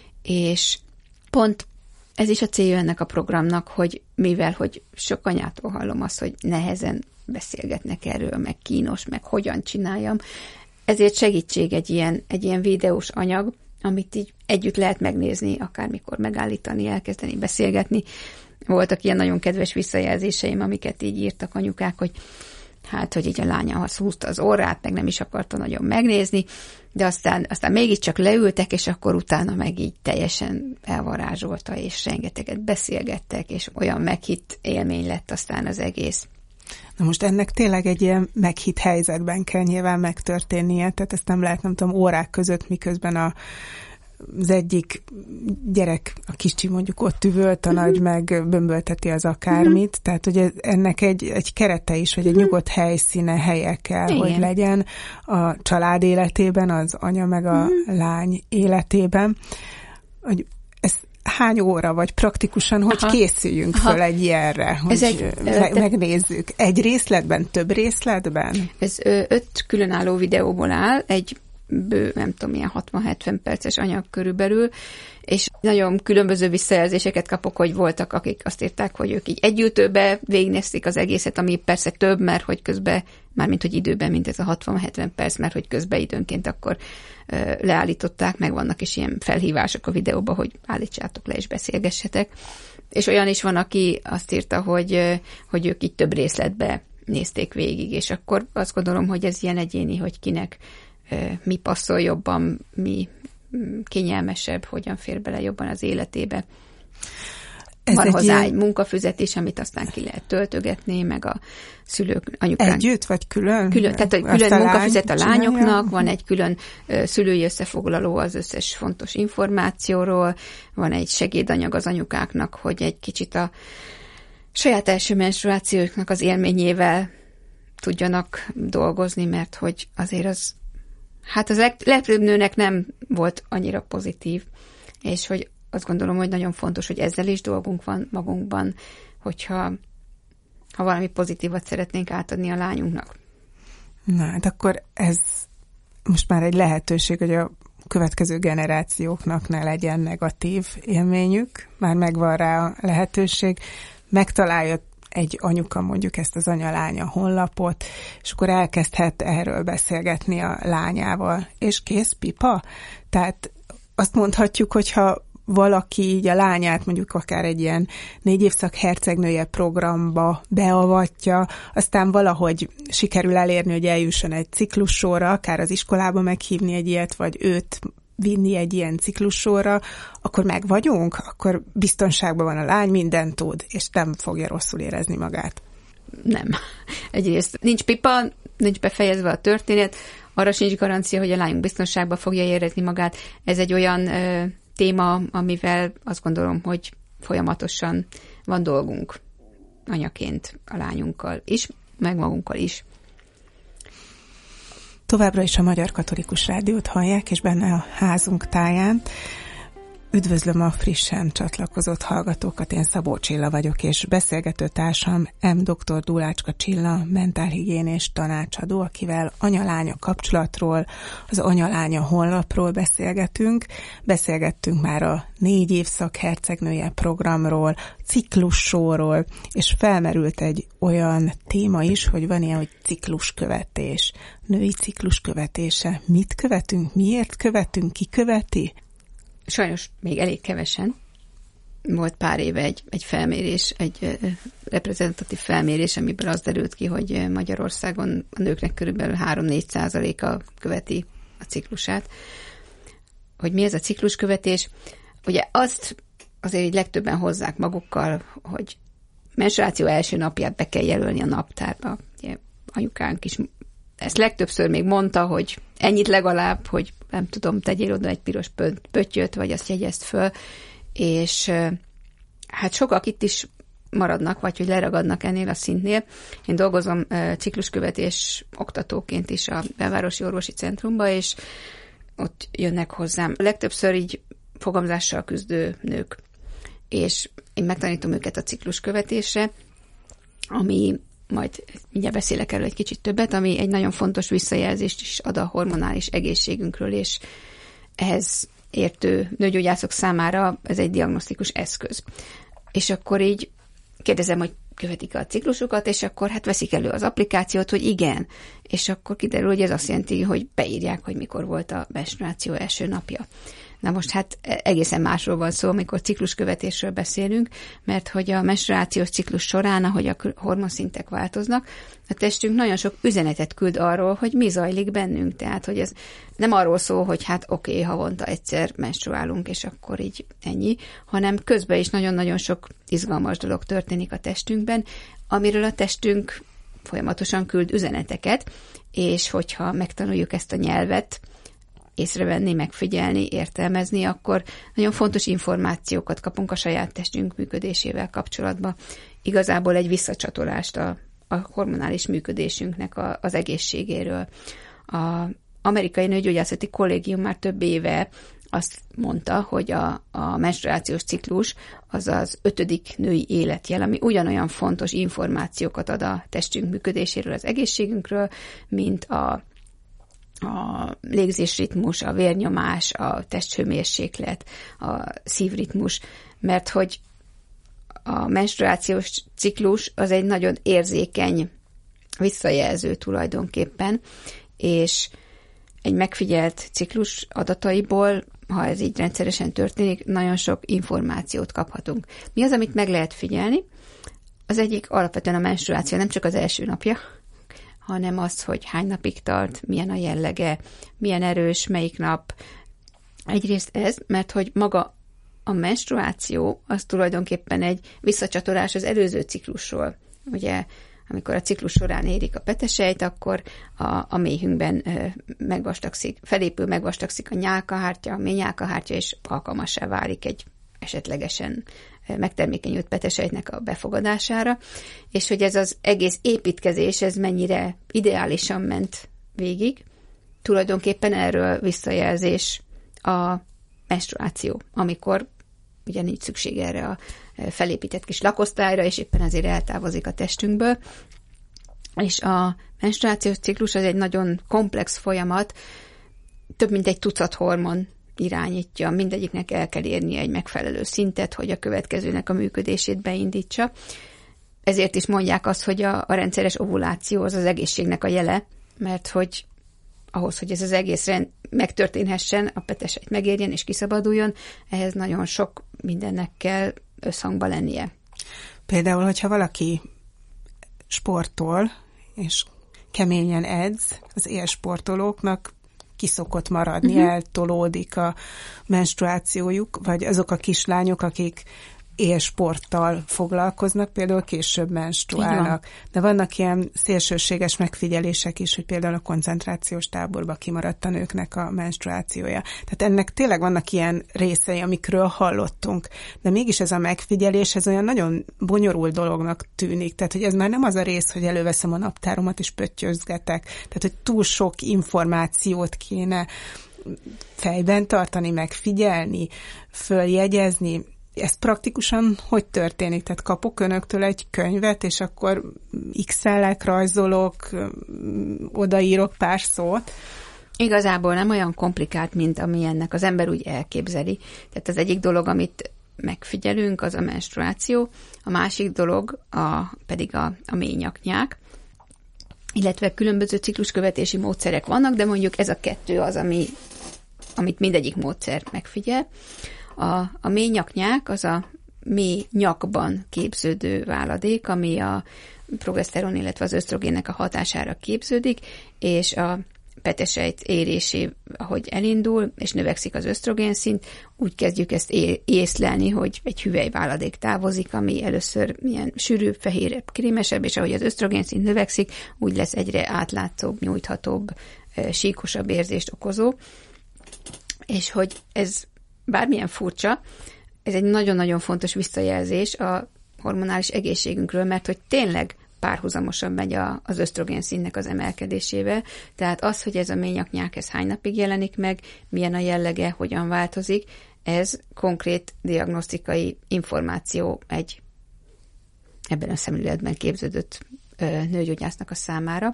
és pont ez is a célja ennek a programnak, hogy mivel, hogy sok anyától hallom azt, hogy nehezen beszélgetnek erről, meg kínos, meg hogyan csináljam, ezért segítség egy ilyen videós anyag, amit így együtt lehet megnézni, akármikor megállítani, elkezdeni beszélgetni. Voltak ilyen nagyon kedves visszajelzéseim, amiket így írtak anyukák, hogy hát, hogy így a lánya húzta az orrát, meg nem is akarta nagyon megnézni, de aztán mégiscsak leültek, és akkor utána meg így teljesen elvarázsolta, és rengeteget beszélgettek, és olyan meghitt élmény lett aztán az egész. Na most ennek tényleg egy ilyen meghitt helyzetben kell nyilván megtörténnie, tehát ezt nem lehet, nem tudom, órák között, miközben az egyik gyerek, a kicsi mondjuk ott üvölt, a nagy meg bömbölteti az akármit, tehát hogy ennek egy kerete is, vagy egy nyugodt helyszíne, helye kell, igen, hogy legyen a család életében, az anya meg a lány életében, hogy ez hány óra, vagy praktikusan, hogy készüljünk föl egy ilyenre, hogy megnézzük. Egy részletben, több részletben? Ez 5 különálló videóból áll, egy nem tudom, ilyen 60-70 perces anyag körülbelül, és nagyon különböző visszajelzéseket kapok, hogy voltak, akik azt írták, hogy ők így egy ültőbe végignézték az egészet, ami persze több, mert hogy közben, mármint hogy időben, mint ez a 60-70 perc, mert hogy közben időnként akkor leállították, meg vannak is ilyen felhívások a videóba, hogy állítsátok le és beszélgessetek. És olyan is van, aki azt írta, hogy ők így több részletbe nézték végig, és akkor azt gondolom, hogy ez ilyen egyéni, hogy kinek mi passzol jobban, mi kényelmesebb, hogyan fér bele jobban az életébe. Van hozzá egy munkafüzetés, amit aztán ki lehet töltögetni, meg a szülők, anyukán. Együtt, vagy külön? Tehát egy külön munkafüzet a lányoknak, van egy külön szülői összefoglaló az összes fontos információról, van egy segédanyag az anyukáknak, hogy egy kicsit a saját első menstruációknak az élményével tudjanak dolgozni, mert hogy azért az legtöbb nőnek nem volt annyira pozitív, és hogy azt gondolom, hogy nagyon fontos, hogy ezzel is dolgunk van magunkban, hogyha valami pozitívat szeretnénk átadni a lányunknak. Na, hát akkor ez most már egy lehetőség, hogy a következő generációknak ne legyen negatív élményük, már megvan rá a lehetőség, megtalálja egy anyuka mondjuk ezt az anya-lánya honlapot, és akkor elkezdhet erről beszélgetni a lányával, és kész pipa. Tehát azt mondhatjuk, hogyha valaki így a lányát mondjuk akár egy ilyen 4 évszak hercegnője programba beavatja, aztán valahogy sikerül elérni, hogy eljusson egy ciklussorra, akár az iskolába meghívni egy ilyet, vagy őt vinni egy ilyen ciklussorra, akkor meg vagyunk, akkor biztonságban van a lány, mindent tud, és nem fogja rosszul érezni magát. Nem. Egyrészt nincs pipa, nincs befejezve a történet, arra sincs garancia, hogy a lányunk biztonságban fogja érezni magát. Ez egy olyan téma, amivel azt gondolom, hogy folyamatosan van dolgunk anyaként a lányunkkal is, meg magunkkal is. Továbbra is a Magyar Katolikus Rádiót hallják, és benne a házunk táján. Üdvözlöm a frissen csatlakozott hallgatókat, én Szabó Csilla vagyok, és beszélgető társam dr. Dulácska Csilla, mentálhigiénés tanácsadó, akivel anya-lánya kapcsolatról, az anya-lánya honlapról beszélgettünk már a 4 évszak hercegnője programról, ciklussorról, és felmerült egy olyan téma is, hogy van ilyen, hogy cikluskövetés, női cikluskövetése. Mit követünk, miért követünk, ki követi? Sajnos még elég kevesen. Volt pár éve egy felmérés, egy reprezentatív felmérés, amiből az derült ki, hogy Magyarországon a nőknek körülbelül 3-4%-a követi a ciklusát. Hogy mi ez a cikluskövetés? Ugye azt azért így legtöbben hozzák magukkal, hogy menstruáció első napját be kell jelölni a naptárba. Ugye, anyukánk is ezt legtöbbször még mondta, hogy ennyit legalább, hogy nem tudom, tegyél oda egy piros pöttyöt, vagy azt jegyezd föl, és hát sokak itt is maradnak, vagy hogy leragadnak ennél a szintnél. Én dolgozom cikluskövetés oktatóként is a Belvárosi Orvosi Centrumba, és ott jönnek hozzám. Legtöbbször így fogamzással küzdő nők, és én megtanítom őket a cikluskövetésre, ami majd mindjárt beszélek erről egy kicsit többet, ami egy nagyon fontos visszajelzést is ad a hormonális egészségünkről, és ehhez értő nőgyógyászok számára ez egy diagnosztikus eszköz. És akkor így kérdezem, hogy követik a ciklusukat, és akkor hát veszik elő az applikációt, hogy igen. És akkor kiderül, hogy ez azt jelenti, hogy beírják, hogy mikor volt a menstruáció első napja. Na most hát egészen másról van szó, amikor cikluskövetésről beszélünk, mert hogy a menstruációs ciklus során, ahogy a hormonszintek változnak, a testünk nagyon sok üzenetet küld arról, hogy mi zajlik bennünk. Tehát, hogy ez nem arról szól, hogy hát oké, havonta egyszer menstruálunk, és akkor így ennyi, hanem közben is nagyon-nagyon sok izgalmas dolog történik a testünkben, amiről a testünk folyamatosan küld üzeneteket, és hogyha megtanuljuk ezt a nyelvet, észrevenni, megfigyelni, értelmezni, akkor nagyon fontos információkat kapunk a saját testünk működésével kapcsolatban. Igazából egy visszacsatolást a hormonális működésünknek az egészségéről. Az Amerikai Nőgyógyászati Kollégium már több éve azt mondta, hogy a menstruációs ciklus az az 5. női életjel, ami ugyanolyan fontos információkat ad a testünk működéséről, az egészségünkről, mint a a légzésritmus, a vérnyomás, a testhőmérséklet, a szívritmus, mert hogy a menstruációs ciklus az egy nagyon érzékeny visszajelző tulajdonképpen, és egy megfigyelt ciklus adataiból, ha ez így rendszeresen történik, nagyon sok információt kaphatunk. Mi az, amit meg lehet figyelni? Az egyik alapvetően a menstruáció, nem csak az első napja, hanem az, hogy hány napig tart, milyen a jellege, milyen erős, melyik nap. Egyrészt ez, mert hogy maga a menstruáció az tulajdonképpen egy visszacsatolás az előző ciklusról. Ugye, amikor a ciklus során érik a petesejt, akkor a méhünkben megvastagszik a nyálkahártya, a mély nyálkahártya, és alkalmassá válik egy esetlegesen megtermékenyült petesejtnek a befogadására, és hogy ez az egész építkezés, ez mennyire ideálisan ment végig, tulajdonképpen erről visszajelzés a menstruáció, amikor ugyanígy szükség erre a felépített kis lakosztályra, és éppen ezért eltávozik a testünkből. És a menstruációs ciklus az egy nagyon komplex folyamat, több mint egy tucat hormon irányítja, mindegyiknek el kell érnie egy megfelelő szintet, hogy a következőnek a működését beindítsa. Ezért is mondják azt, hogy a rendszeres ovuláció az egészségnek a jele, mert hogy ahhoz, hogy ez az egész megtörténhessen, a petesejt megérjen és kiszabaduljon, ehhez nagyon sok mindennek kell összhangba lennie. Például, hogyha valaki sportol, és keményen edz, az élsportolóknak ki szokott maradni, eltolódik a menstruációjuk, vagy azok a kislányok, akik élsporttal foglalkoznak, például később menstruálnak. De vannak ilyen szélsőséges megfigyelések is, hogy például a koncentrációs táborba kimaradt a nőknek a menstruációja. Tehát ennek tényleg vannak ilyen részei, amikről hallottunk. De mégis ez a megfigyelés, ez olyan nagyon bonyolult dolognak tűnik. Tehát, hogy ez már nem az a rész, hogy előveszem a naptáromat és pöttyözgetek. Tehát, hogy túl sok információt kéne fejben tartani, megfigyelni, följegyezni. Ez praktikusan hogy történik? Tehát kapok önöktől egy könyvet, és akkor x-elek, rajzolok, odaírok pár szót? Igazából nem olyan komplikált, mint amilyennek az ember úgy elképzeli. Tehát az egyik dolog, amit megfigyelünk, az a menstruáció, a másik dolog pedig a mély nyaknyák, illetve különböző cikluskövetési módszerek vannak, de mondjuk ez a kettő az, amit mindegyik módszer megfigyel. A mély nyaknyák az a mély nyakban képződő váladék, ami a progeszteron, illetve az ösztrogénnek a hatására képződik, és a petesejt érésé, ahogy elindul, és növekszik az ösztrogénszint, úgy kezdjük ezt észlelni, hogy egy hüvelyváladék távozik, ami először ilyen sűrűbb, fehérebb, krémesebb, és ahogy az ösztrogénszint növekszik, úgy lesz egyre átlátszóbb, nyújthatóbb, síkosabb érzést okozó. És hogy ez bármilyen furcsa, ez egy nagyon-nagyon fontos visszajelzés a hormonális egészségünkről, mert hogy tényleg párhuzamosan megy az ösztrogén színnek az emelkedésével. Tehát az, hogy ez a mély nyaknyák, ez hány napig jelenik meg, milyen a jellege, hogyan változik, ez konkrét diagnosztikai információ egy ebben a szemléletben képződött nőgyógyásznak a számára.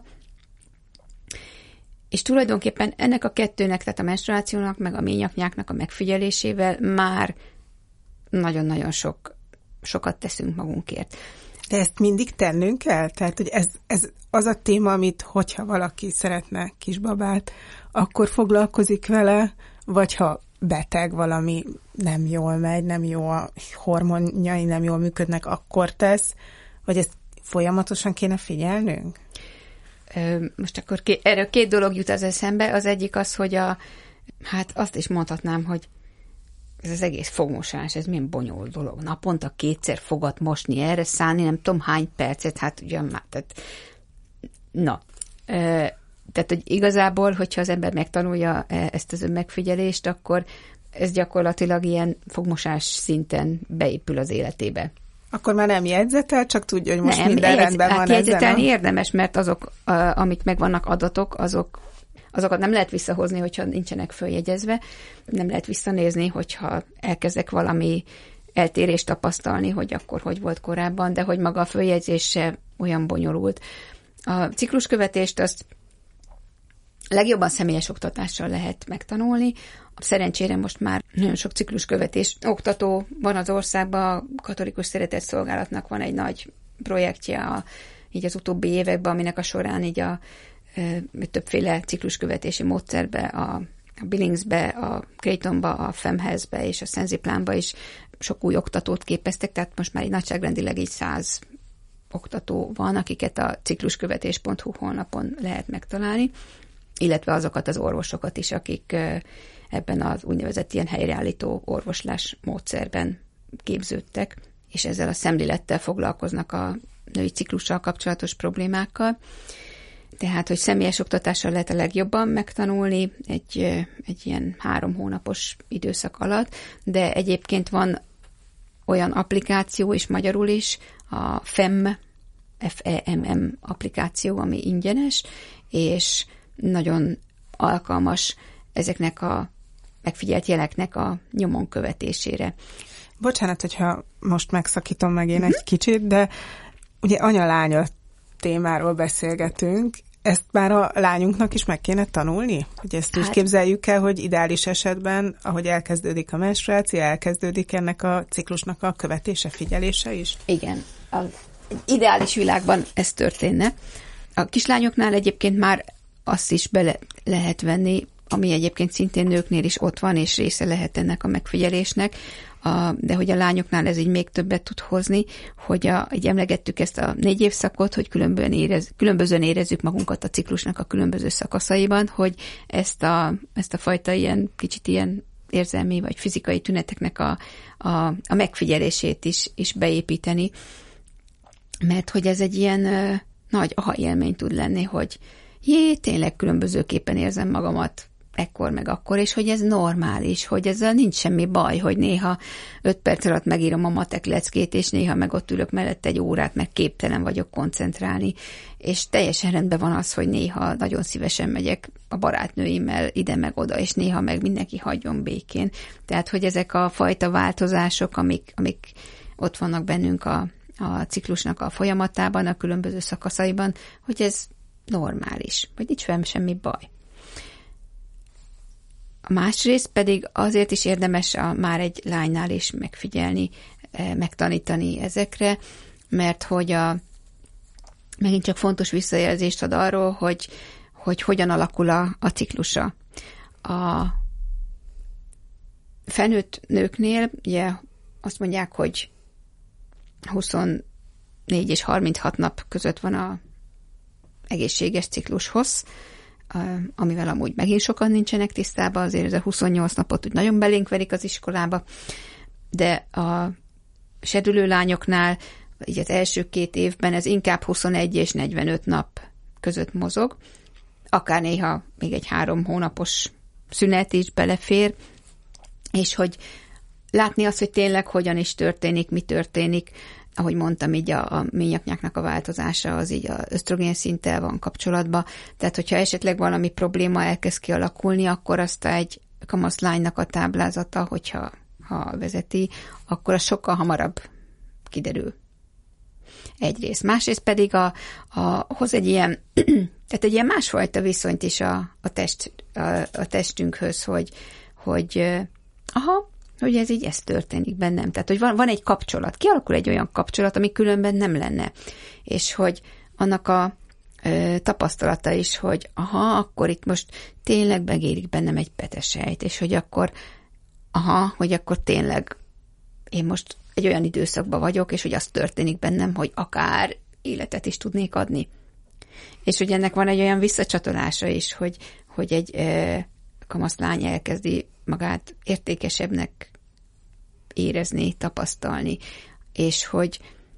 És tulajdonképpen ennek a kettőnek, tehát a menstruációnak, meg a mély nyaknyáknak a megfigyelésével már nagyon-nagyon sokat teszünk magunkért. De ezt mindig tennünk kell? Tehát, hogy ez az a téma, amit hogyha valaki szeretne kisbabát, akkor foglalkozik vele, vagy ha beteg, valami nem jól megy, nem jó a hormonjai, nem jól működnek, akkor tesz, vagy ezt folyamatosan kéne figyelnünk? Most akkor erről két dolog jut az eszembe. Az egyik az, hogy hát azt is mondhatnám, hogy ez az egész fogmosás, ez milyen bonyolult dolog. Naponta 2-szer fogat mosni, erre szállni nem tudom hány percet, hát ugyan már, tehát, hogy igazából, hogyha az ember megtanulja ezt az önmegfigyelést, akkor ez gyakorlatilag ilyen fogmosás szinten beépül az életébe. Akkor már nem jegyzetel, csak tudja, hogy most minden rendben van ezzel. Jegyzetelni érdemes, mert azok, amik megvannak adatok, azokat nem lehet visszahozni, hogyha nincsenek följegyezve, nem lehet visszanézni, hogyha elkezdek valami eltérést tapasztalni, hogy akkor hogy volt korábban, de hogy maga a följegyzés se olyan bonyolult. A cikluskövetést azt Legjobban személyes oktatással lehet megtanulni. Szerencsére most már nagyon sok cikluskövetés oktató van az országban, a Katolikus Szeretetszolgálatnak van egy nagy projektje így az utóbbi években, aminek a során így a többféle cikluskövetési módszerbe, a Billingsbe, a Creightonba, a Femhezbe és a Szenziplánba is sok új oktatót képeztek, tehát most már így nagyságrendileg így 100 oktató van, akiket a cikluskövetés.hu honlapon lehet megtalálni, illetve azokat az orvosokat is, akik ebben az úgynevezett ilyen helyreállító orvoslás módszerben képződtek, és ezzel a szemlélettel foglalkoznak a női ciklussal kapcsolatos problémákkal. Tehát, hogy személyes oktatással lehet a legjobban megtanulni egy ilyen 3 hónapos időszak alatt, de egyébként van olyan applikáció is magyarul is, a FEMM applikáció, ami ingyenes, és nagyon alkalmas ezeknek a megfigyelt jeleknek a nyomon követésére. Bocsánat, hogyha most megszakítom meg én egy kicsit, de ugye anya-lánya témáról beszélgetünk, ezt már a lányunknak is meg kéne tanulni? Hogy ezt úgy képzeljük el, hogy ideális esetben, ahogy elkezdődik a menstruáció, elkezdődik ennek a ciklusnak a követése, figyelése is? Igen. Az ideális világban ez történne. A kislányoknál egyébként már azt is bele lehet venni, ami egyébként szintén nőknél is ott van, és része lehet ennek a megfigyelésnek, de hogy a lányoknál ez így még többet tud hozni, hogy így emlegettük ezt a 4 évszakot, hogy különbözően érezzük magunkat a ciklusnak a különböző szakaszaiban, hogy ezt a fajta ilyen kicsit ilyen érzelmi vagy fizikai tüneteknek a megfigyelését is beépíteni, mert hogy ez egy ilyen nagy aha élmény tud lenni, hogy tényleg különbözőképpen érzem magamat ekkor meg akkor, és hogy ez normális, hogy ezzel nincs semmi baj, hogy néha 5 perc alatt megírom a matek leckét, és néha meg ott ülök mellett egy órát, meg képtelen vagyok koncentrálni, és teljesen rendben van az, hogy néha nagyon szívesen megyek a barátnőimmel ide meg oda, és néha meg mindenki hagyjon békén. Tehát, hogy ezek a fajta változások, amik ott vannak bennünk a ciklusnak a folyamatában, a különböző szakaszaiban, hogy ez normális, vagy nincs semmi baj. A másrészt pedig azért is érdemes már egy lánynál is megfigyelni, megtanítani ezekre, mert hogy megint csak fontos visszajelzést ad arról, hogy hogyan alakul a ciklusa. A felnőtt nőknél ugye azt mondják, hogy 24 és 36 nap között van a egészséges ciklushossz, amivel amúgy megint sokan nincsenek tisztában, azért ez a 28 napot úgy nagyon belénk verik az iskolába, de a sedülő lányoknál így az első 2 évben ez inkább 21 és 45 nap között mozog, akár néha még egy 3 hónapos szünet is belefér, és hogy látni azt, hogy tényleg hogyan is történik, mi történik, ahogy mondtam, így a ményaknyáknak a változása az így az ösztrogén szinttel van kapcsolatban. Tehát, hogyha esetleg valami probléma elkezd kialakulni, akkor azt egy kamaszlánynak a táblázata, hogyha vezeti, akkor az sokkal hamarabb kiderül. Egyrészt. Másrészt pedig hoz egy ilyen, tehát egy ilyen másfajta viszonyt is a testünkhöz, hogy ez történik bennem. Tehát, hogy van egy kapcsolat. Kialakul egy olyan kapcsolat, ami különben nem lenne. És hogy annak a tapasztalata is, hogy akkor itt most tényleg megérik bennem egy petesejt, és hogy akkor tényleg én most egy olyan időszakban vagyok, és hogy az történik bennem, hogy akár életet is tudnék adni. És hogy ennek van egy olyan visszacsatolása is, hogy egy kamaszlány elkezdi magát értékesebbnek érezni, tapasztalni, és hogy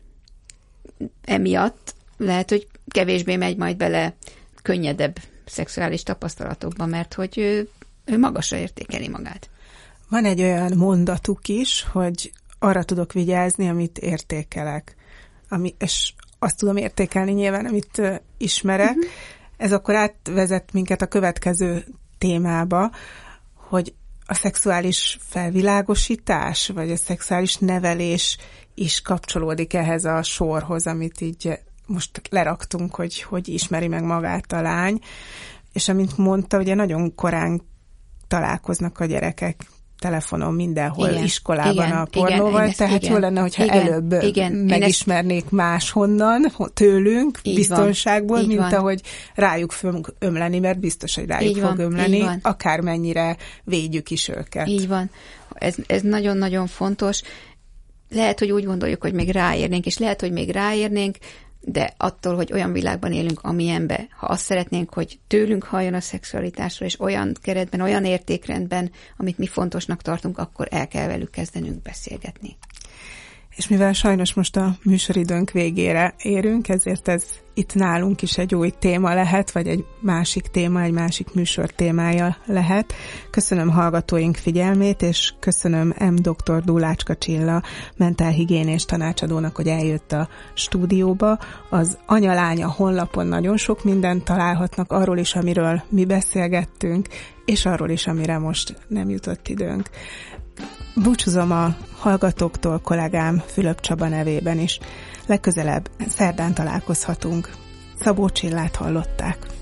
emiatt lehet, hogy kevésbé megy majd bele könnyedebb szexuális tapasztalatokba, mert hogy ő magasra értékeli magát. Van egy olyan mondatuk is, hogy arra tudok vigyázni, amit értékelek. És azt tudom értékelni nyilván, amit ismerek. Uh-huh. Ez akkor átvezet minket a következő témába, hogy a szexuális felvilágosítás, vagy a szexuális nevelés is kapcsolódik ehhez a sorhoz, amit így most leraktunk, hogy ismeri meg magát a lány. és amint mondta, ugye nagyon korán találkoznak a gyerekek telefonon mindenhol, igen, iskolában igen, a pornóval, igen, tehát igen, jó lenne, hogyha igen, előbb igen, megismernék máshonnan, tőlünk, így biztonságból, van, mint van. Ahogy rájuk fogunk ömleni, mert biztos, hogy rájuk fog ömleni, akármennyire védjük is őket. Így van. Ez nagyon-nagyon fontos. Lehet, hogy úgy gondoljuk, hogy még ráérnénk, és lehet, hogy még ráérnénk, de attól, hogy olyan világban élünk, amilyenben, ha azt szeretnénk, hogy tőlünk halljon a szexualitásról, és olyan keretben, olyan értékrendben, amit mi fontosnak tartunk, akkor el kell velük kezdenünk beszélgetni. És mivel sajnos most a műsoridőnk végére érünk, ezért ez itt nálunk is egy új téma lehet, vagy egy másik téma, egy másik műsor témája lehet. Köszönöm hallgatóink figyelmét, és köszönöm dr. Dúlácska Csilla mentálhigiénés tanácsadónak, hogy eljött a stúdióba. Az Anya-Lánya honlapon nagyon sok mindent találhatnak, arról is, amiről mi beszélgettünk, és arról is, amire most nem jutott időnk. Búcsúzom a hallgatóktól kollégám Fülöp Csaba nevében is. Legközelebb szerdán találkozhatunk. Szabó Csillát hallották.